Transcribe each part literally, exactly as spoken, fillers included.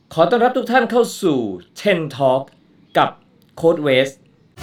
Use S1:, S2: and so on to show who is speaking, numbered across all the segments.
S1: ขอต้อนรับทุกท่านเข้าสู่ เท็น Talk กับโค้ชเวส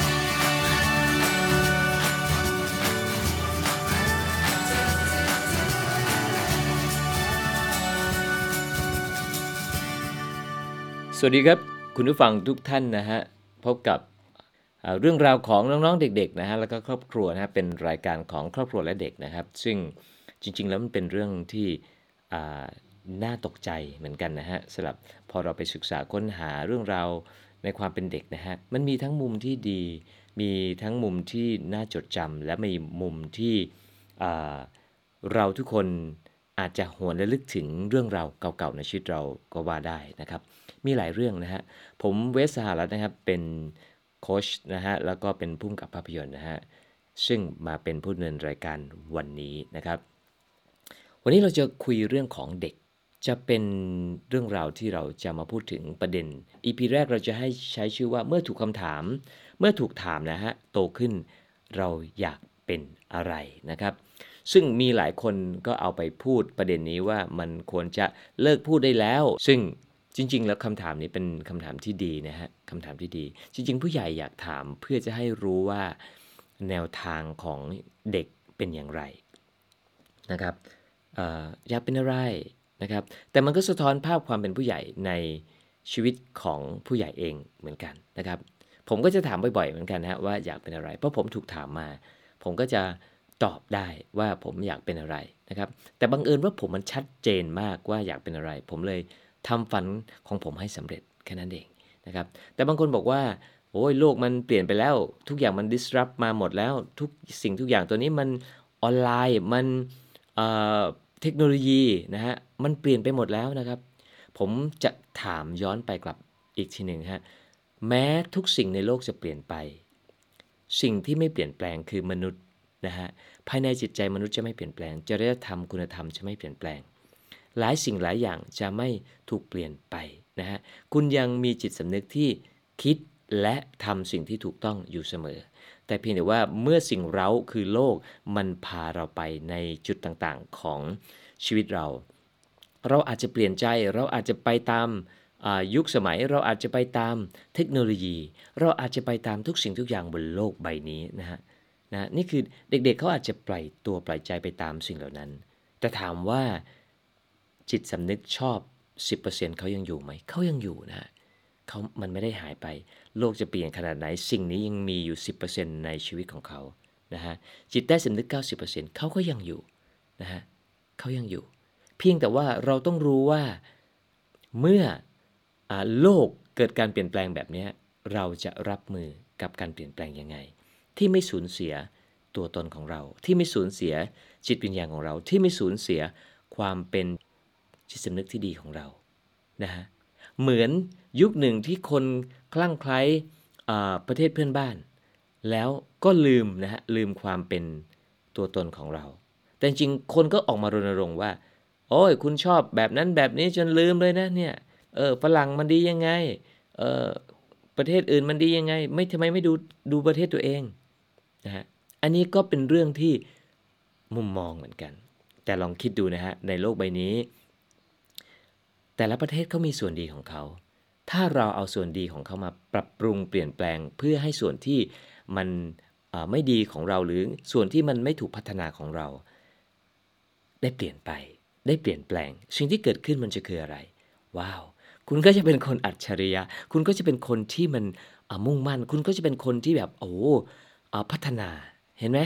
S1: สวัสดีครับคุณผู้ฟังทุกท่านนะฮะพบกับเรื่องราวของน้องๆเด็กๆนะฮะแล้วก็ครอบครัวนะฮะเป็นรายการของครอบครัวและเด็กนะครับซึ่งจริงๆแล้วมันเป็นเรื่องที่น่าตกใจเหมือนกันนะฮะสำหรับพอเราไปศึกษาค้นหาเรื่องราวในความเป็นเด็กนะฮะมันมีทั้งมุมที่ดีมีทั้งมุมที่น่าจดจำและมีมุมที่เราทุกคนอาจจะหวนระลึกถึงเรื่องราวเก่าๆในชีวิตเราก็ว่าได้นะครับมีหลายเรื่องนะฮะผมเวสสหรัฐนะครับเป็นโค้ชนะฮะแล้วก็เป็นผู้กำกับภาพยนตร์นะฮะซึ่งมาเป็นผู้ดำเนินรายการวันนี้นะครับวันนี้เราจะคุยเรื่องของเด็กจะเป็นเรื่องราวที่เราจะมาพูดถึงประเด็น อี พี แรกเราจะให้ใช้ชื่อว่าเมื่อถูกคำถามเมื่อถูกถามนะฮะโตขึ้นเราอยากเป็นอะไรนะครับซึ่งมีหลายคนก็เอาไปพูดประเด็นนี้ว่ามันควรจะเลิกพูดได้แล้วซึ่งจริงๆแล้วคำถามนี้เป็นคำถามที่ดีนะฮะคำถามที่ดีจริงๆผู้ใหญ่อยากถามเพื่อจะให้รู้ว่าแนวทางของเด็กเป็นอย่างไรนะครับ อ, อยากเป็นอะไรนะครับแต่มันก็สะท้อนภาพความเป็นผู้ใหญ่ในชีวิตของผู้ใหญ่เองเหมือนกันนะครับผมก็จะถามบ่อยๆเหมือนกันนะว่าอยากเป็นอะไรเพราะผมถูกถามมาผมก็จะตอบได้ว่าผมอยากเป็นอะไรนะครับแต่บังเอิญว่าผมมันชัดเจนมากว่าอยากเป็นอะไรผมเลยทำฝันของผมให้สำเร็จแค่นั้นเองนะครับแต่บางคนบอกว่าโอ้ยโลกมันเปลี่ยนไปแล้วทุกอย่างมัน disrupt มาหมดแล้วทุกสิ่งทุกอย่างตัวนี้มันออนไลน์มันเทคโนโลยีนะฮะมันเปลี่ยนไปหมดแล้วนะครับผมจะถามย้อนไปกลับอีกทีหนึ่งฮะแม้ทุกสิ่งในโลกจะเปลี่ยนไปสิ่งที่ไม่เปลี่ยนแปลงคือมนุษย์นะฮะภายในจิตใจมนุษย์จะไม่เปลี่ยนแปลงจริยธรรมคุณธรรมจะไม่เปลี่ยนแปลงหลายสิ่งหลายอย่างจะไม่ถูกเปลี่ยนไปนะฮะคุณยังมีจิตสำนึกที่คิดและทำสิ่งที่ถูกต้องอยู่เสมอแต่เพียงแต่ว่าเมื่อสิ่งเร้าคือโลกมันพาเราไปในจุดต่างๆของชีวิตเราเราอาจจะเปลี่ยนใจเราอาจจะไปตามยุคสมัยเราอาจจะไปตามเทคโนโลยีเราอาจจะไปตามทุกสิ่งทุกอย่างบนโลกใบนี้นะฮะนะนี่คือเด็กๆเขาอาจจะปล่อยตัวปล่อยใจไปตามสิ่งเหล่านั้นแต่ถามว่าจิตสำนึกชอบ สิบเปอร์เซ็นต์ เขายังอยู่ไหมเขายังอยู่นะฮะเขามันไม่ได้หายไปโลกจะเปลี่ยนขนาดไหนสิ่งนี้ยังมีอยู่ สิบเปอร์เซ็นต์ ในชีวิตของเขานะฮะจิตใต้สำนึก เก้าสิบเปอร์เซ็นต์ เขาก็ยังอยู่นะฮะเขายังอยู่เพียงแต่ว่าเราต้องรู้ว่าเมื่ออ่าโลกเกิดการเปลี่ยนแปลงแบบนี้เราจะรับมือกับการเปลี่ยนแปลงยังไงที่ไม่สูญเสียตัวตนของเราที่ไม่สูญเสียจิตวิญญาณของเราที่ไม่สูญเสียความเป็นจิตสำนึกที่ดีของเรานะฮะเหมือนยุคหนึ่งที่คนคลั่งไคล้ประเทศเพื่อนบ้านแล้วก็ลืมนะฮะลืมความเป็นตัวตนของเราแต่จริงคนก็ออกมารณรงค์ว่าโอ้ยคุณชอบแบบนั้นแบบนี้จนลืมเลยนะเนี่ยเออฝรั่งมันดียังไงเออประเทศอื่นมันดียังไงไม่ทำไมไม่ดูดูประเทศตัวเองนะฮะอันนี้ก็เป็นเรื่องที่มุมมองเหมือนกันแต่ลองคิดดูนะฮะในโลกใบนี้แต่ละประเทศเขามีส่วนดีของเขาถ้าเราเอาส่วนดีของเขามาปรับปรุงเปลี่ยนแปลงเพื่อให้ส่วนที่มันไม่ดีของเราหรือส่วนที่มันไม่ถูกพัฒนาของเราได้เปลี่ยนไปได้เปลี่ยนแปลงสิ่งที่เกิดขึ้นมันจะคืออะไรว้าวคุณก็จะเป็นคนอัจฉริยะคุณก็จะเป็นคนที่มันมุ่งมั่นคุณก็จะเป็นคนที่แบบโอ้พัฒนาเห็นไหม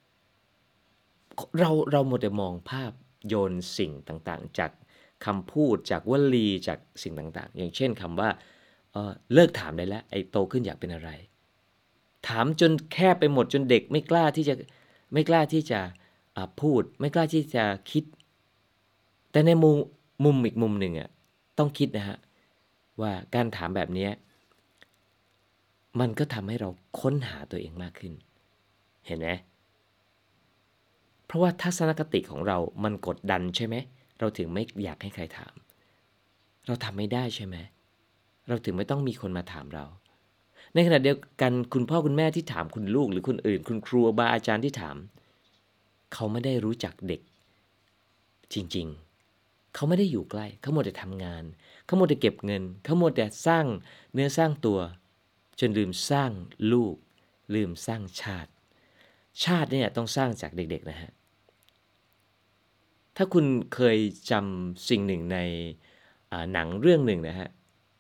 S1: เราเราหมดแต่มองภาพโยนสิ่งต่างๆจากคำพูดจากวลีจากสิ่งต่างๆอย่างเช่นคำว่า เอ่อ เลิกถามได้แล้วไอ้โตขึ้นอยากเป็นอะไรถามจนแคบไปหมดจนเด็กไม่กล้าที่จะไม่กล้าที่จะพูดไม่กล้าที่จะคิดแต่ในมุมมุมอีกมุมหนึ่งอ่ะต้องคิดนะฮะว่าการถามแบบนี้มันก็ทำให้เราค้นหาตัวเองมากขึ้นเห็นไหมเพราะว่าทัศนคติของเรามันกดดันใช่ไหมเราถึงไม่อยากให้ใครถามเราทำไม่ได้ใช่ไหมเราถึงไม่ต้องมีคนมาถามเราในขณะเดียวกันคุณพ่อคุณแม่ที่ถามคุณลูกหรือคนอื่นคุณครูบาอาจารย์ที่ถามเขาไม่ได้รู้จักเด็กจริงๆเขาไม่ได้อยู่ใกล้เขาหมดแต่ทำงานเขาหมดแต่เก็บเงินเขาหมดแต่สร้างเนื้อสร้างตัวจนลืมสร้างลูกลืมสร้างชาติชาติเนี่ยต้องสร้างจากเด็กๆนะฮะถ้าคุณเคยจำสิ่งหนึ่งในหนังเรื่องหนึ่งนะฮะ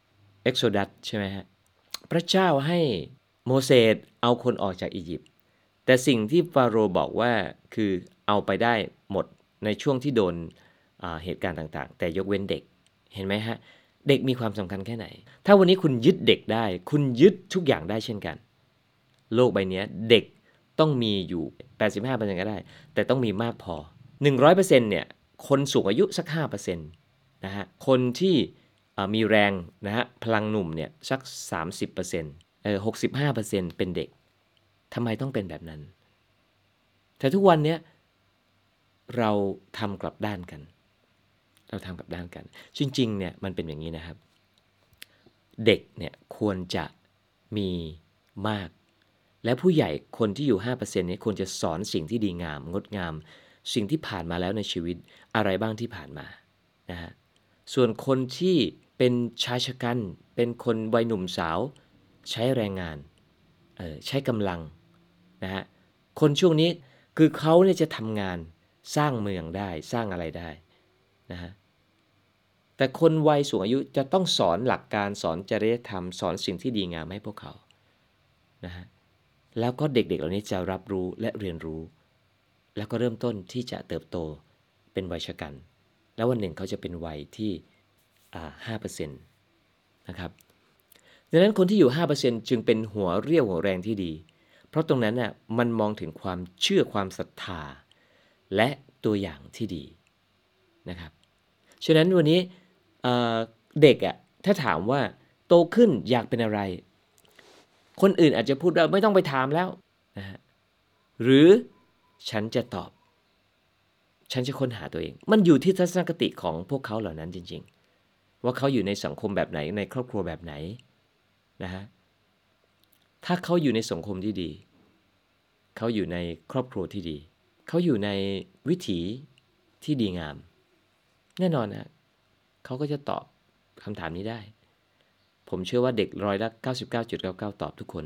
S1: Exodus ใช่ไหมฮะพระเจ้าให้โมเสสเอาคนออกจากอียิปต์แต่สิ่งที่ฟาโรห์บอกว่าคือเอาไปได้หมดในช่วงที่โดนเหตุการณ์ต่างๆแต่ยกเว้นเด็กเห็นไหมฮะเด็กมีความสำคัญแค่ไหนถ้าวันนี้คุณยึดเด็กได้คุณยึดทุกอย่างได้เช่นกันโลกใบนี้เด็กต้องมีอยู่ แปดสิบห้าเปอร์เซ็นต์ ก็ได้แต่ต้องมีมากพอ หนึ่งร้อยเปอร์เซ็นต์ เนี่ยคนสูงอายุสัก ห้าเปอร์เซ็นต์ นะฮะคนที่มีแรงนะฮะพลังหนุ่มเนี่ยสัก สามสิบเปอร์เซ็นต์ เออ หกสิบห้าเปอร์เซ็นต์ เป็นเด็กทำไมต้องเป็นแบบนั้นแต่ทุกวันนี้เราทำกลับด้านกันเราทำกลับด้านกันจริงๆเนี่ยมันเป็นอย่างนี้นะครับเด็กเนี่ยควรจะมีมากและผู้ใหญ่คนที่อยู่ ห้าเปอร์เซ็นต์ นี้ควรจะสอนสิ่งที่ดีงามงดงามสิ่งที่ผ่านมาแล้วในชีวิตอะไรบ้างที่ผ่านมานะฮะส่วนคนที่เป็นชายชะกันเป็นคนวัยหนุ่มสาวใช้แรงงานเออใช้กำลังนะฮะคนช่วงนี้คือเขาเนี่ยจะทำงานสร้างเมืองได้สร้างอะไรได้นะฮะแต่คนวัยสูงอายุจะต้องสอนหลักการสอนจริยธรรมสอนสิ่งที่ดีงามให้พวกเขานะฮะแล้วก็เด็กๆเหล่านี้จะรับรู้และเรียนรู้แล้วก็เริ่มต้นที่จะเติบโตเป็นวัยชะกันแล้ววันหนึ่งเขาจะเป็นวัยที่อ่า ห้าเปอร์เซ็นต์ นะครับดังนั้นคนที่อยู่ ห้าเปอร์เซ็นต์ จึงเป็นหัวเรี่ยวหัวแรงที่ดีเพราะตรงนั้นน่ะมันมองถึงความเชื่อความศรัทธาและตัวอย่างที่ดีนะครับฉะนั้นวันนี้เอ่อเด็กอ่ะถ้าถามว่าโตขึ้นอยากเป็นอะไรคนอื่นอาจจะพูดว่าไม่ต้องไปถามแล้วนะฮะหรือฉันจะตอบฉันจะค้นหาตัวเองมันอยู่ที่ทัศนคติของพวกเขาเหล่านั้นจริงๆว่าเขาอยู่ในสังคมแบบไหนในครอบครัวแบบไหนนะฮะถ้าเขาอยู่ในสังคมที่ดีเขาอยู่ในครอบครัวที่ดีเขาอยู่ในวิถีที่ดีงามแน่นอนนะเขาก็จะตอบคำถามนี้ได้ผมเชื่อว่าเด็กร้อยละ เก้าสิบเก้าจุดเก้าเก้า ตอบทุกคน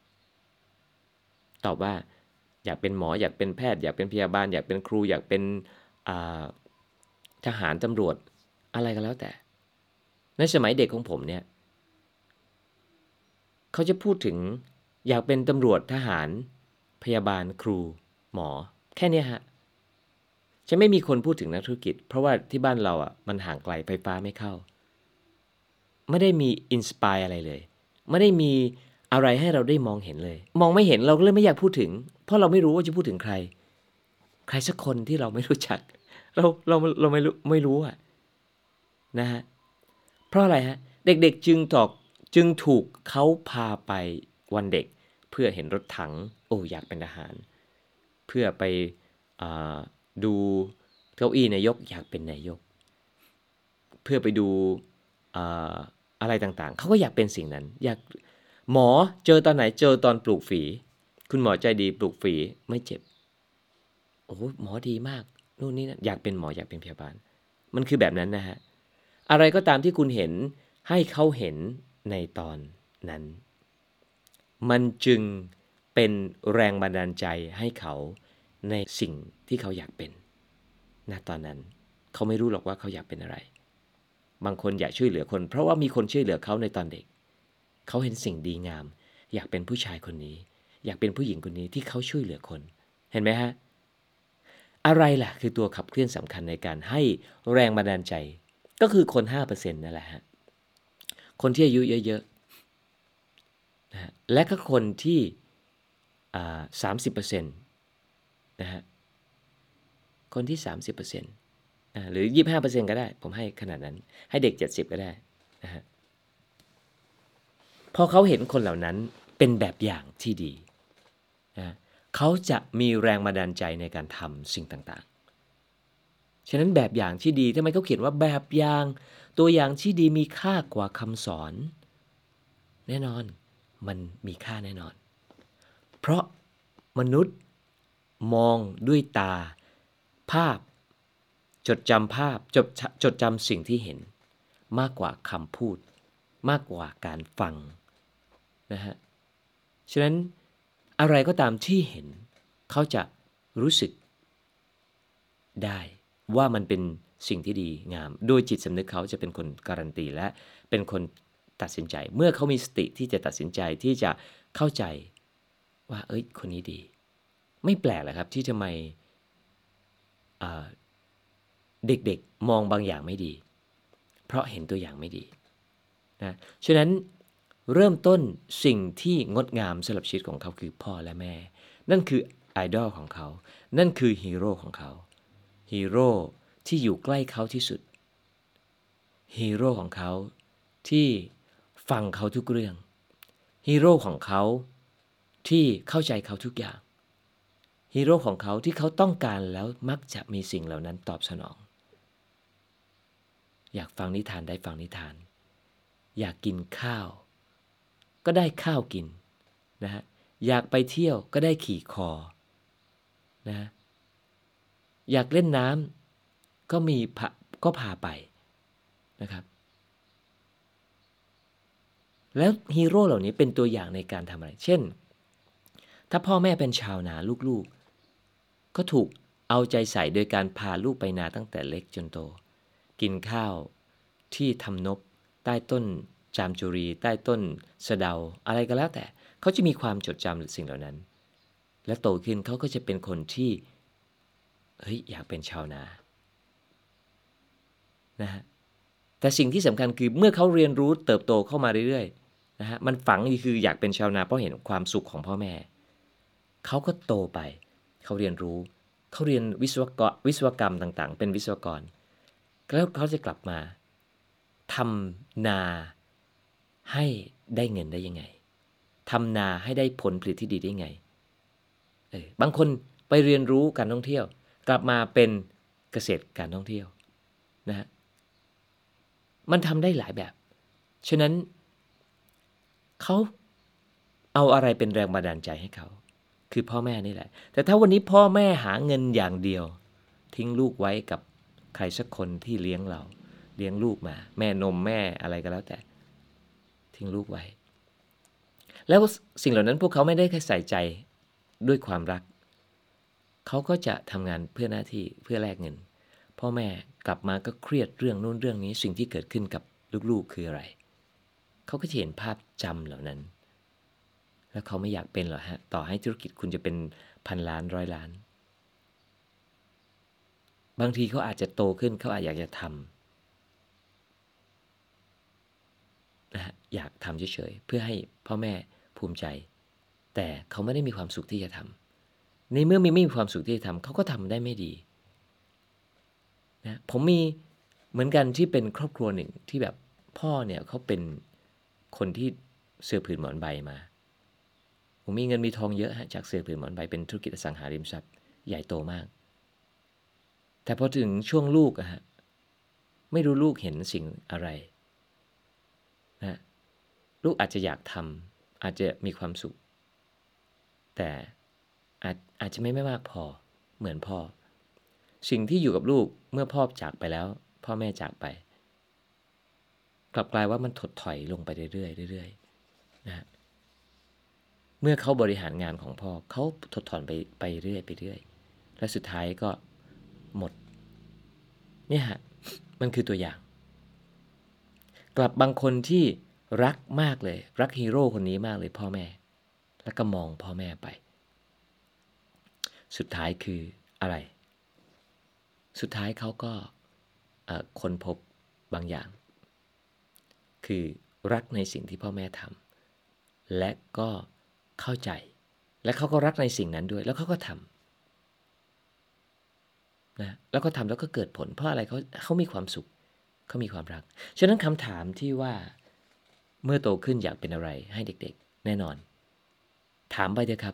S1: ตอบว่าอยากเป็นหมออยากเป็นแพทย์อยากเป็นพยาบาลอยากเป็นครูอยากเป็นทหารตำรวจอะไรก็แล้วแต่ในสมัยเด็กของผมเนี่ยเขาจะพูดถึงอยากเป็นตำรวจทหารพยาบาลครูหมอแค่นี้ฮะจะไม่มีคนพูดถึงนักธุรกิจเพราะว่าที่บ้านเราอ่ะมันห่างไกลไฟฟ้าไม่เข้าไม่ได้มีอินสไปร์อะไรเลยไม่ได้มีอะไรให้เราได้มองเห็นเลยมองไม่เห็นเราก็เลยไม่อยากพูดถึงเพราะเราไม่รู้ว่าจะพูดถึงใครใครสักคนที่เราไม่รู้จักเราเราเราไม่รู้ไม่รู้อ่ะนะฮะเพราะอะไรฮะเด็กๆจึงตอกจึงถูกเขาพาไปวันเด็กเพื่อเห็นรถถังโอ้อยากเป็นทหารเพื่อไปดูเก้าอี้นายกอยากเป็นนายกเพื่อไปดูอะไรต่างๆเขาก็อยากเป็นสิ่งนั้นอยากหมอเจอตอนไหนเจอตอนปลูกฝีคุณหมอใจดีปลูกฝีไม่เจ็บโอ้หมอดีมากนู่นนี่นะอยากเป็นหมออยากเป็นพยาบาลมันคือแบบนั้นนะฮะอะไรก็ตามที่คุณเห็นให้เขาเห็นในตอนนั้นมันจึงเป็นแรงบันดาลใจให้เขาในสิ่งที่เขาอยากเป็นณตอนนั้นเขาไม่รู้หรอกว่าเขาอยากเป็นอะไรบางคนอยากช่วยเหลือคนเพราะว่ามีคนช่วยเหลือเขาในตอนเด็กเขาเห็นสิ่งดีงามอยากเป็นผู้ชายคนนี้อยากเป็นผู้หญิงคนนี้ที่เขาช่วยเหลือคนเห็นไหมฮะอะไรล่ะคือตัวขับเคลื่อนสำคัญในการให้แรงบันดาลใจก็คือคน ห้าเปอร์เซ็นต์ นั่นแหละฮะคนที่อายุเยอะๆนะฮะและก็คนที่อ่า สามสิบเปอร์เซ็นต์ นะฮะคนที่ สามสิบเปอร์เซ็นต์ อ่าหรือ ยี่สิบห้าเปอร์เซ็นต์ ก็ได้ผมให้ขนาดนั้นให้เด็กเจ็ดสิบก็ได้นะฮะพอเขาเห็นคนเหล่านั้นเป็นแบบอย่างที่ดีนะเขาจะมีแรงบันดาลใจในการทำสิ่งต่างๆฉะนั้นแบบอย่างที่ดีทำไมเขาเขียนว่าแบบอย่างตัวอย่างที่ดีมีค่ากว่าคำสอนแน่นอนมันมีค่าแน่นอนเพราะมนุษย์มองด้วยตาภาพจจดจำภาพจดจดจำสิ่งที่เห็นมากกว่าคำพูดมากกว่าการฟังนะฮะฉะนั้นอะไรก็ตามที่เห็นเขาจะรู้สึกได้ว่ามันเป็นสิ่งที่ดีงามโดยจิตสำนึกเขาจะเป็นคนการันตีและเป็นคนตัดสินใจเมื่อเขามีสติที่จะตัดสินใจที่จะเข้าใจว่าเอ้ยคนนี้ดีไม่แปลกเลยครับที่ทำไมเด็กๆมองบางอย่างไม่ดีเพราะเห็นตัวอย่างไม่ดีนะฉะนั้นเริ่มต้นสิ่งที่งดงามสำหรับชีวิตของเขาคือพ่อและแม่นั่นคือไอดอลของเขานั่นคือฮีโร่ของเขาฮีโร่ที่อยู่ใกล้เขาที่สุดฮีโร่ของเขาที่ฟังเขาทุกเรื่องฮีโร่ของเขาที่เข้าใจเขาทุกอย่างฮีโร่ของเขาที่เขาต้องการแล้วมักจะมีสิ่งเหล่านั้นตอบสนองอยากฟังนิทานได้ฟังนิทานอยากกินข้าวก็ได้ข้าวกินนะฮะอยากไปเที่ยวก็ได้ขี่คอนะฮะอยากเล่นน้ำก็มีก็พาไปนะครับแล้วฮีโร่เหล่านี้เป็นตัวอย่างในการทำอะไรเช่นถ้าพ่อแม่เป็นชาวนาลูกๆก็ถูกเอาใจใส่โดยการพาลูกไปนาตั้งแต่เล็กจนโตกินข้าวที่ทำนบใต้ต้นจามจุรีใต้ต้นสะเดาอะไรก็แล้วแต่เขาจะมีความจดจำสิ่งเหล่านั้นและโตขึ้นเขาก็จะเป็นคนที่เฮ้ยอยากเป็นชาวนานะฮะแต่สิ่งที่สำคัญคือเมื่อเขาเรียนรู้เติบโตเข้ามาเรื่อยๆนะฮะมันฝังคืออยากเป็นชาวนาเพราะเห็นความสุขของพ่อแม่เขาก็โตไปเขาเรียนรู้เขาเรียนวิศวกรวิศวกรรมต่างๆเป็นวิศวกรแล้วเขาจะกลับมาทำนาให้ได้เงินได้ยังไงทำนาให้ได้ผลผลิตที่ดีได้ไงเออบางคนไปเรียนรู้การท่องเที่ยวกลับมาเป็นเกษตรการท่องเที่ยวนะฮะมันทำได้หลายแบบฉะนั้นเขาเอาอะไรเป็นแรงบันดาลใจให้เขาคือพ่อแม่นี่แหละแต่ถ้าวันนี้พ่อแม่หาเงินอย่างเดียวทิ้งลูกไว้กับใครสักคนที่เลี้ยงเราเลี้ยงลูกมาแม่นมแม่อะไรก็แล้วแต่ทิ้งลูกไว้แล้วสิ่งเหล่านั้นพวกเขาไม่ได้แค่ใส่ใจด้วยความรักเขาก็จะทำงานเพื่อหน้าที่เพื่อแลกเงินพ่อแม่กลับมาก็เครียดเรื่องนู้นเรื่องนี้สิ่งที่เกิดขึ้นกับลูกๆคืออะไรเขาก็จะเห็นภาพจำเหล่านั้นแล้วเขาไม่อยากเป็นหรอฮะต่อให้ธุรกิจคุณจะเป็นพันล้านร้อยล้านบางทีเขาอาจจะโตขึ้นเขาอาจอยากจะทำนะฮะอยากทำเฉยๆเพื่อให้พ่อแม่ภูมิใจแต่เขาไม่ได้มีความสุขที่จะทำในเมื่อไม่มีความสุขที่จะทำเขาก็ทำได้ไม่ดีนะผมมีเหมือนกันที่เป็นครอบครัวหนึ่งที่แบบพ่อเนี่ยเขาเป็นคนที่เสือผืนหมอนใบมาผมมีเงินมีทองเยอะฮะจากเสือผืนหมอนใบเป็นธุรกิจอสังหาริมทรัพย์ใหญ่โตมากแต่พอถึงช่วงลูกอะฮะไม่รู้ลูกเห็นสิ่งอะไรนะลูกอาจจะอยากทำอาจจะมีความสุขแต่อาจอาจจะไม่ไม่มากพอเหมือนพ่อสิ่งที่อยู่กับลูกเมื่อพ่อจากไปแล้วพ่อแม่จากไปกลับกลายว่ามันถดถอยลงไปเรื่อยๆเรื่อยๆนะเมื่อเขาบริหารงานของพ่อเขาถดถอนไปไปเรื่อยไปเรื่อยและสุดท้ายก็หมดเนี่ยฮะมันคือตัวอย่างกลับบางคนที่รักมากเลยรักฮีโร่คนนี้มากเลยพ่อแม่แล้วก็มองพ่อแม่ไปสุดท้ายคืออะไรสุดท้ายเขาก็ค้นพบบางอย่างคือรักในสิ่งที่พ่อแม่ทำและก็เข้าใจและเขาก็รักในสิ่งนั้นด้วยแล้วเขาก็ทำนะแล้วก็ทำแล้วก็เกิดผลเพราะอะไรเขาเขามีความสุขเขามีความรักฉะนั้นคำถามที่ว่าเมื่อโตขึ้นอยากเป็นอะไรให้เด็กๆแน่นอนถามไปเถอะครับ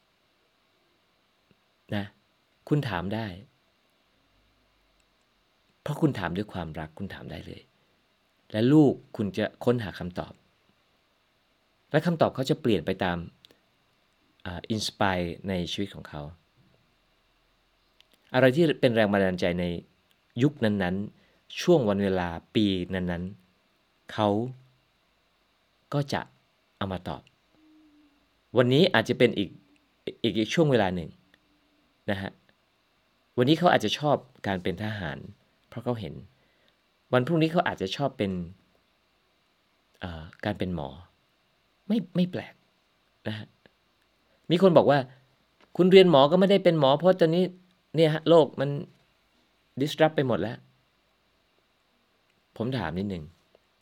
S1: นะคุณถามได้เพราะคุณถามด้วยความรักคุณถามได้เลยและลูกคุณจะค้นหาคำตอบและคำตอบเขาจะเปลี่ยนไปตามอินสไปร์ในชีวิตของเขาอะไรที่เป็นแรงบันดาลใจในยุคนั้นๆช่วงวันเวลาปีนั้นๆเขาก็จะเอามาตอบวันนี้อาจจะเป็นอีกอีกอีกช่วงเวลาหนึ่งนะฮะวันนี้เขาอาจจะชอบการเป็นทหารเพราะเขาเห็นวันพรุ่งนี้เขาอาจจะชอบเป็นเอ่อการเป็นหมอไม่ไม่แปลกนะฮะมีคนบอกว่าคุณเรียนหมอก็ไม่ได้เป็นหมอเพราะตอนนี้เนี่ยฮะโลกมัน disrupt ไปหมดแล้วผมถามนิดนึง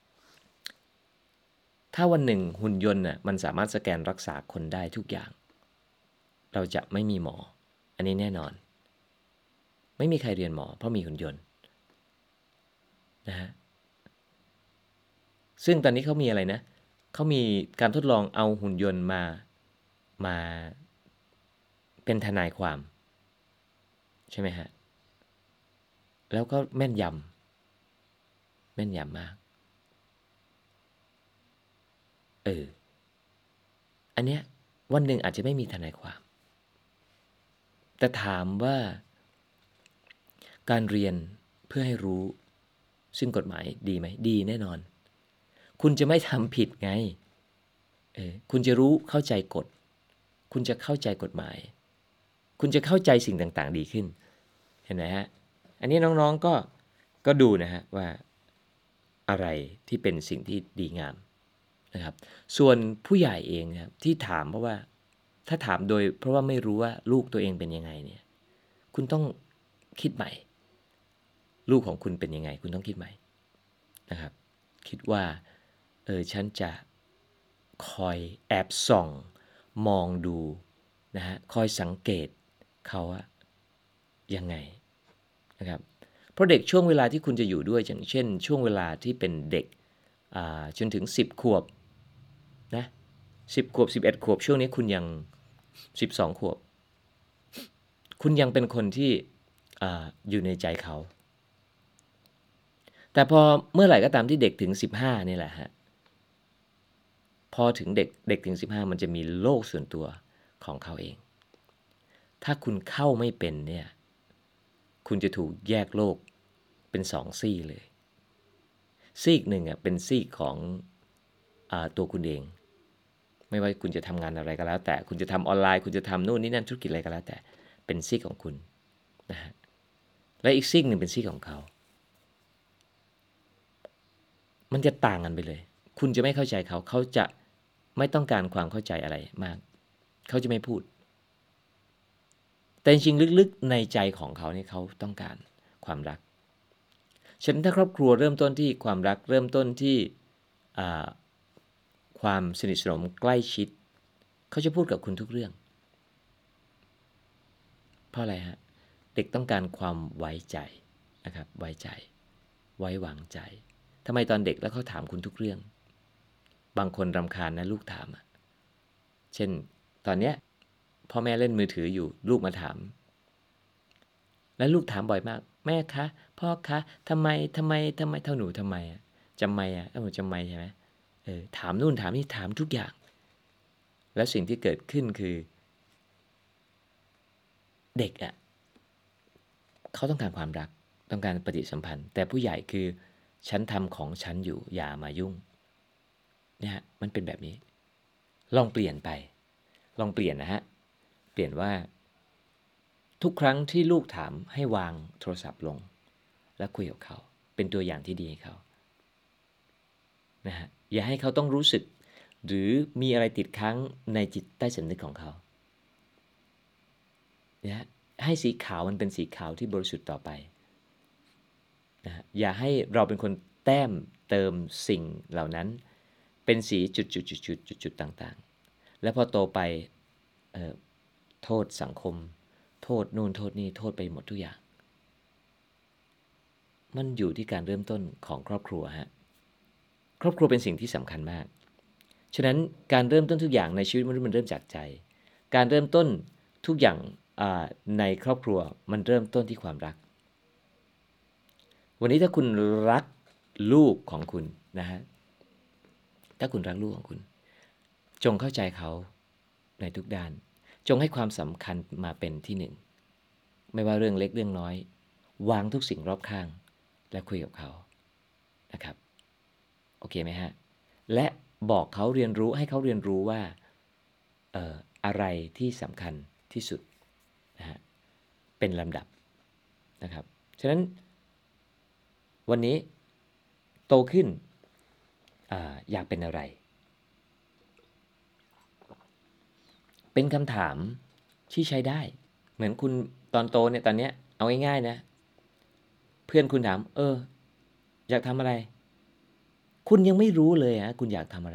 S1: ถ้าวันหนึ่งหุ่นยนต์น่ะมันสามารถสแกนรักษาคนได้ทุกอย่างเราจะไม่มีหมออันนี้แน่นอนไม่มีใครเรียนหมอเพราะมีหุ่นยนต์นะฮะซึ่งตอนนี้เขามีอะไรนะเขามีการทดลองเอาหุ่นยนต์มามาเป็นทนายความใช่ไหมฮะแล้วก็แม่นยำแม่นยำมากเอออันเนี้ยวันหนึ่งอาจจะไม่มีทนายความแต่ถามว่าการเรียนเพื่อให้รู้ซึ่งกฎหมายดีไหมดีแน่นอนคุณจะไม่ทำผิดไงเออคุณจะรู้เข้าใจกฎคุณจะเข้าใจกฎหมายคุณจะเข้าใจสิ่งต่างๆดีขึ้นเห็นไหมฮะอันนี้น้องๆก็ก็ดูนะฮะว่าอะไรที่เป็นสิ่งที่ดีงามนะครับส่วนผู้ใหญ่เองครับที่ถามเพราะว่าถ้าถามโดยเพราะว่าไม่รู้ว่าลูกตัวเองเป็นยังไงเนี่ยคุณต้องคิดใหม่ลูกของคุณเป็นยังไงคุณต้องคิดใหม่นะครับคิดว่าเออฉันจะคอยแอบส่องมองดูนะฮะคอยสังเกตเขาอะยังไงนะครับเพราะเด็กช่วงเวลาที่คุณจะอยู่ด้วยอย่างเช่นช่วงเวลาที่เป็นเด็กจนถึงสิบขวบนะสิบขวบสิบเอ็ดขวบช่วงนี้คุณยังสิบสองขวบคุณยังเป็นคนที่ อ, อยู่ในใจเขาแต่พอเมื่อไหร่ก็ตามที่เด็กถึงสิบห้านี่แหละฮะพอถึงเด็กเด็กถึงสิบห้ามันจะมีโลกส่วนตัวของเขาเองถ้าคุณเข้าไม่เป็นเนี่ยคุณจะถูกแยกโลกเป็นสองซี่เลยซีกหนึ่งอ่ะเป็นซีกของอ่าตัวคุณเองไม่ว่าคุณจะทำงานอะไรก็แล้วแต่คุณจะทำออนไลน์คุณจะทำนู่นนี่นั่นธุรกิจอะไรก็แล้วแต่เป็นซีกของคุณนะฮะและอีกซีกหนึ่งเป็นซีกของเขามันจะต่างกันไปเลยคุณจะไม่เข้าใจเขาเขาจะไม่ต้องการความเข้าใจอะไรมากเขาจะไม่พูดแต่จริงๆลึกๆในใจของเขาเนี่ยเขาต้องการความรักฉะนั้นถ้าครอบครัวเริ่มต้นที่ความรักเริ่มต้นที่ความสนิทสนมใกล้ชิดเขาจะพูดกับคุณทุกเรื่องเพราะอะไรฮะเด็กต้องการความไว้ใจนะครับไว้ใจไว้วางใจทำไมตอนเด็กแล้วเขาถามคุณทุกเรื่องบางคนรำคาญนะลูกถามอ่ะเช่นตอนเนี้ยพ่อแม่เล่นมือถืออยู่ลูกมาถามแล้วลูกถามบ่อยมากแม่คะพ่อคะทำไมทำไมทำไมเท่าหนูทำไมอ่ะจำไมอ่ะเท่าหนูจำไมใช่ไหมเออถามนู่นถามนี่ถามทุกอย่างแล้วสิ่งที่เกิดขึ้นคือเด็กอ่ะเขาต้องการความรักต้องการปฏิสัมพันธ์แต่ผู้ใหญ่คือฉันทำของฉันอยู่อย่ามายุ่งเนี่ยมันเป็นแบบนี้ลองเปลี่ยนไปลองเปลี่ยนนะฮะเปลี่ยนว่าทุกครั้งที่ลูกถามให้วางโทรศัพท์ลงแล้วคุยกับเขาเป็นตัวอย่างที่ดีให้เขานะฮะอย่าให้เขาต้องรู้สึกหรือมีอะไรติดค้างในจิตใต้สำนึกของเขานะให้สีขาวมันเป็นสีขาวที่บริสุทธิ์ต่อไปนะอย่าให้เราเป็นคนแต้มเติมสิ่งเหล่านั้นเป็นสีจุดๆๆๆๆต่างๆแล้วพอโตไปเอ่อโทษสังคมโทษนู่นโทษนี่โทษไปหมดทุกอย่างมันอยู่ที่การเริ่มต้นของครอบครัวฮะครอบครัวเป็นสิ่งที่สำคัญมากฉะนั้นการเริ่มต้นทุกอย่างในชีวิตมนุษย์มันเริ่มจากใจการเริ่มต้นทุกอย่างในครอบครัวมันเริ่มต้นที่ความรักวันนี้ถ้าคุณรักลูกของคุณนะฮะถ้าคุณรักลูกของคุณจงเข้าใจเขาในทุกด้านจงให้ความสำคัญมาเป็นที่หนึ่งไม่ว่าเรื่องเล็กเรื่องน้อยววางทุกสิ่งรอบข้างและคุยกับเขานะครับโอเคไหมฮะและบอกเขาเรียนรู้ให้เขาเรียนรู้ว่าเอ่ออะไรที่สำคัญที่สุดนะฮะเป็นลำดับนะครับฉะนั้นวันนี้โตขึ้น อ, อยากเป็นอะไรเป็นคำถามที่ใช้ได้เหมือนคุณตอนโตเนี่ยตอนเนี้ยเอาง่ายๆนะเพื่อนคุณถามเอออยากทำอะไรคุณยังไม่รู้เลยฮะคุณอยากทำอะไร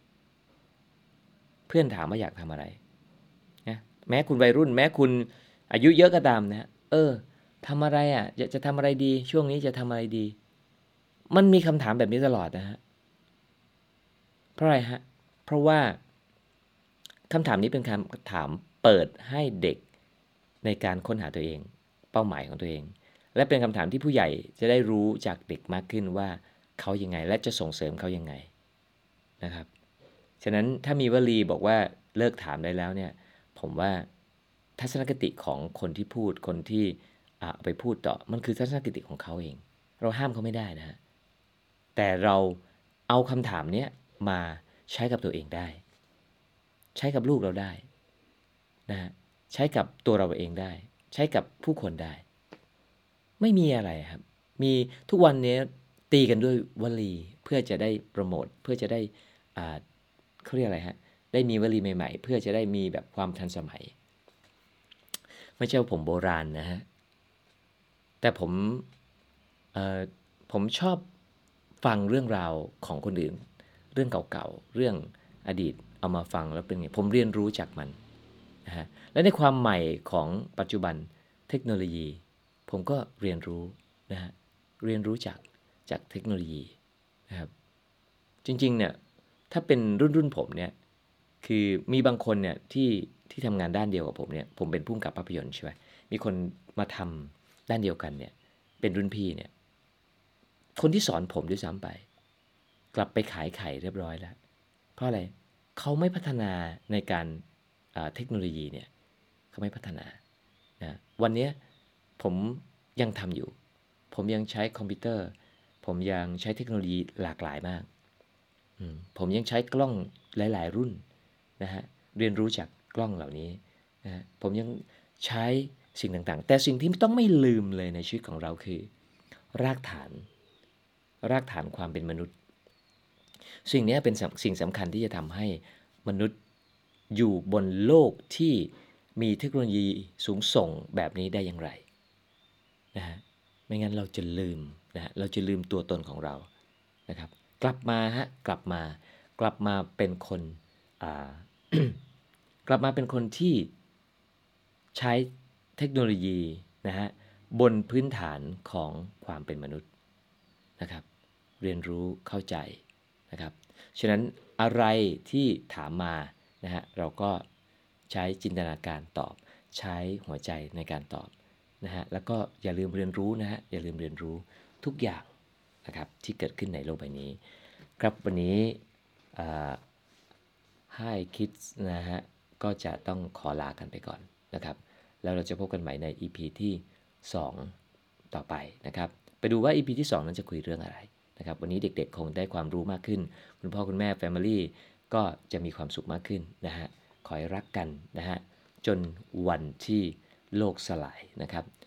S1: เพื่อนถามว่าอยากทำอะไรนะแม้คุณวัยรุ่นแม้คุณอายุเยอะก็ตามนะเออทำอะไรอ่ะจะจะทำอะไรดีช่วงนี้จะทำอะไรดีมันมีคำถามแบบนี้ตลอดนะฮะเพราะอะไรฮะเพราะว่าคำถามนี้เป็นคำถามเปิดให้เด็กในการค้นหาตัวเองเป้าหมายของตัวเองและเป็นคำถามที่ผู้ใหญ่จะได้รู้จากเด็กมากขึ้นว่าเขายังไงและจะส่งเสริมเขายังไงนะครับฉะนั้นถ้ามีวลีบอกว่าเลิกถามได้แล้วเนี่ยผมว่าทัศนคติของคนที่พูดคนที่เอาไปพูดต่อมันคือทัศนคติของเขาเองเราห้ามเขาไม่ได้นะฮะแต่เราเอาคำถามนี้มาใช้กับตัวเองได้ใช้กับลูกเราได้นะฮะใช้กับตัวเราเองได้ใช้กับผู้คนได้ไม่มีอะไรครับมีทุกวันนี้ตีกันด้วยวลีเพื่อจะได้โปรโมทเพื่อจะได้อ่าเขาเรียกอะไรฮะได้มีวลีใหม่ๆเพื่อจะได้มีแบบความทันสมัยไม่ใช่ว่าผมโบราณนะฮะแต่ผมเอ่อผมชอบฟังเรื่องราวของคนอื่นเรื่องเก่าๆเรื่องอดีตเอามาฟังแล้วเป็นไงผมเรียนรู้จากมันนะฮะและในความใหม่ของปัจจุบันเทคโนโลยีผมก็เรียนรู้นะฮะเรียนรู้จากจากเทคโนโลยีนะครับจริงๆเนี่ยถ้าเป็นรุ่นรุ่นผมเนี่ยคือมีบางคนเนี่ยที่ที่ทำงานด้านเดียวกับผมเนี่ยผมเป็นผู้กำกับภาพยนตร์ใช่ไหมมีคนมาทำด้านเดียวกันเนี่ยเป็นรุ่นพี่เนี่ยคนที่สอนผมด้วยซ้ำไปกลับไปขายไข่เรียบร้อยแล้วเพราะอะไรเขาไม่พัฒนาในการเทคโนโลยีเนี่ยเขาไม่พัฒนานะวันนี้ผมยังทำอยู่ผมยังใช้คอมพิวเตอร์ผมยังใช้เทคโนโลยีหลากหลายมากผมยังใช้กล้องหลายๆรุ่นนะฮะเรียนรู้จากกล้องเหล่านี้นะฮะผมยังใช้สิ่งต่างๆแต่สิ่งที่ต้องไม่ลืมเลยในชีวิตของเราคือรากฐานรากฐานความเป็นมนุษย์สิ่งนี้เป็นสิ่งสำคัญที่จะทำให้มนุษย์อยู่บนโลกที่มีเทคโนโลยีสูงส่งแบบนี้ได้อย่างไรนะฮะไม่งั้นเราจะลืมนะฮะเราจะลืมตัวตนของเรานะครับกลับมาฮะกลับมากลับมาเป็นคนอ่า กลับมาเป็นคนที่ใช้เทคโนโลยีนะฮะบนพื้นฐานของความเป็นมนุษย์นะครับเรียนรู้เข้าใจนะครับฉะนั้นอะไรที่ถามมานะฮะเราก็ใช้จินตนาการตอบใช้หัวใจในการตอบนะฮะแล้วก็อย่าลืมเรียนรู้นะฮะอย่าลืมเรียนรู้ทุกอย่างนะครับที่เกิดขึ้นในโลกใบนี้ครับวันนี้ Hi Kids นะฮะก็จะต้องขอลากันไปก่อนนะครับแล้วเราจะพบกันใหม่ใน อี พี ที่สองต่อไปนะครับไปดูว่า อี พี ที่สองนั้นจะคุยเรื่องอะไรนะครับวันนี้เด็กๆคงได้ความรู้มากขึ้นคุณพ่อคุณแม่ Family ก็จะมีความสุขมากขึ้นนะฮะขอให้รักกันนะฮะจนวันที่โลกสลายนะครับ